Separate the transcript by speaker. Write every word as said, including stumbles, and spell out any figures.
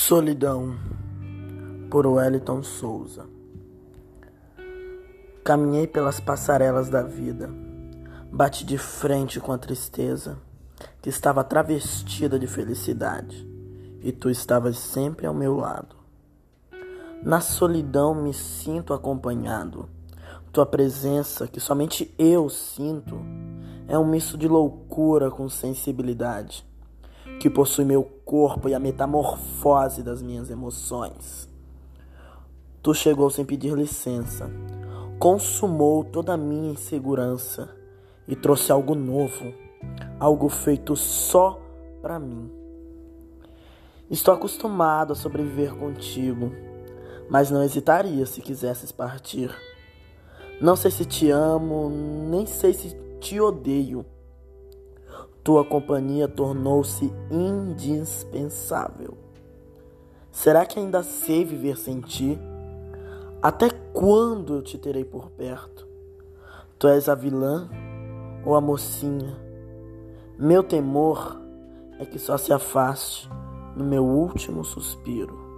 Speaker 1: Solidão, por Wellington Souza. Caminhei pelas passarelas da vida, bati de frente com a tristeza, que estava travestida de felicidade, e tu estavas sempre ao meu lado. Na solidão me sinto acompanhado, tua presença, que somente eu sinto, é um misto de loucura com sensibilidade, que possui meu corpo e a metamorfose das minhas emoções. Tu chegou sem pedir licença, consumou toda a minha insegurança e trouxe algo novo, algo feito só pra mim. Estou acostumado a sobreviver contigo, mas não hesitaria se quisesses partir. Não sei se te amo, nem sei se te odeio. Tua companhia tornou-se indispensável. Será que ainda sei viver sem ti? Até quando eu te terei por perto? Tu és a vilã ou a mocinha? Meu temor é que só se afaste no meu último suspiro.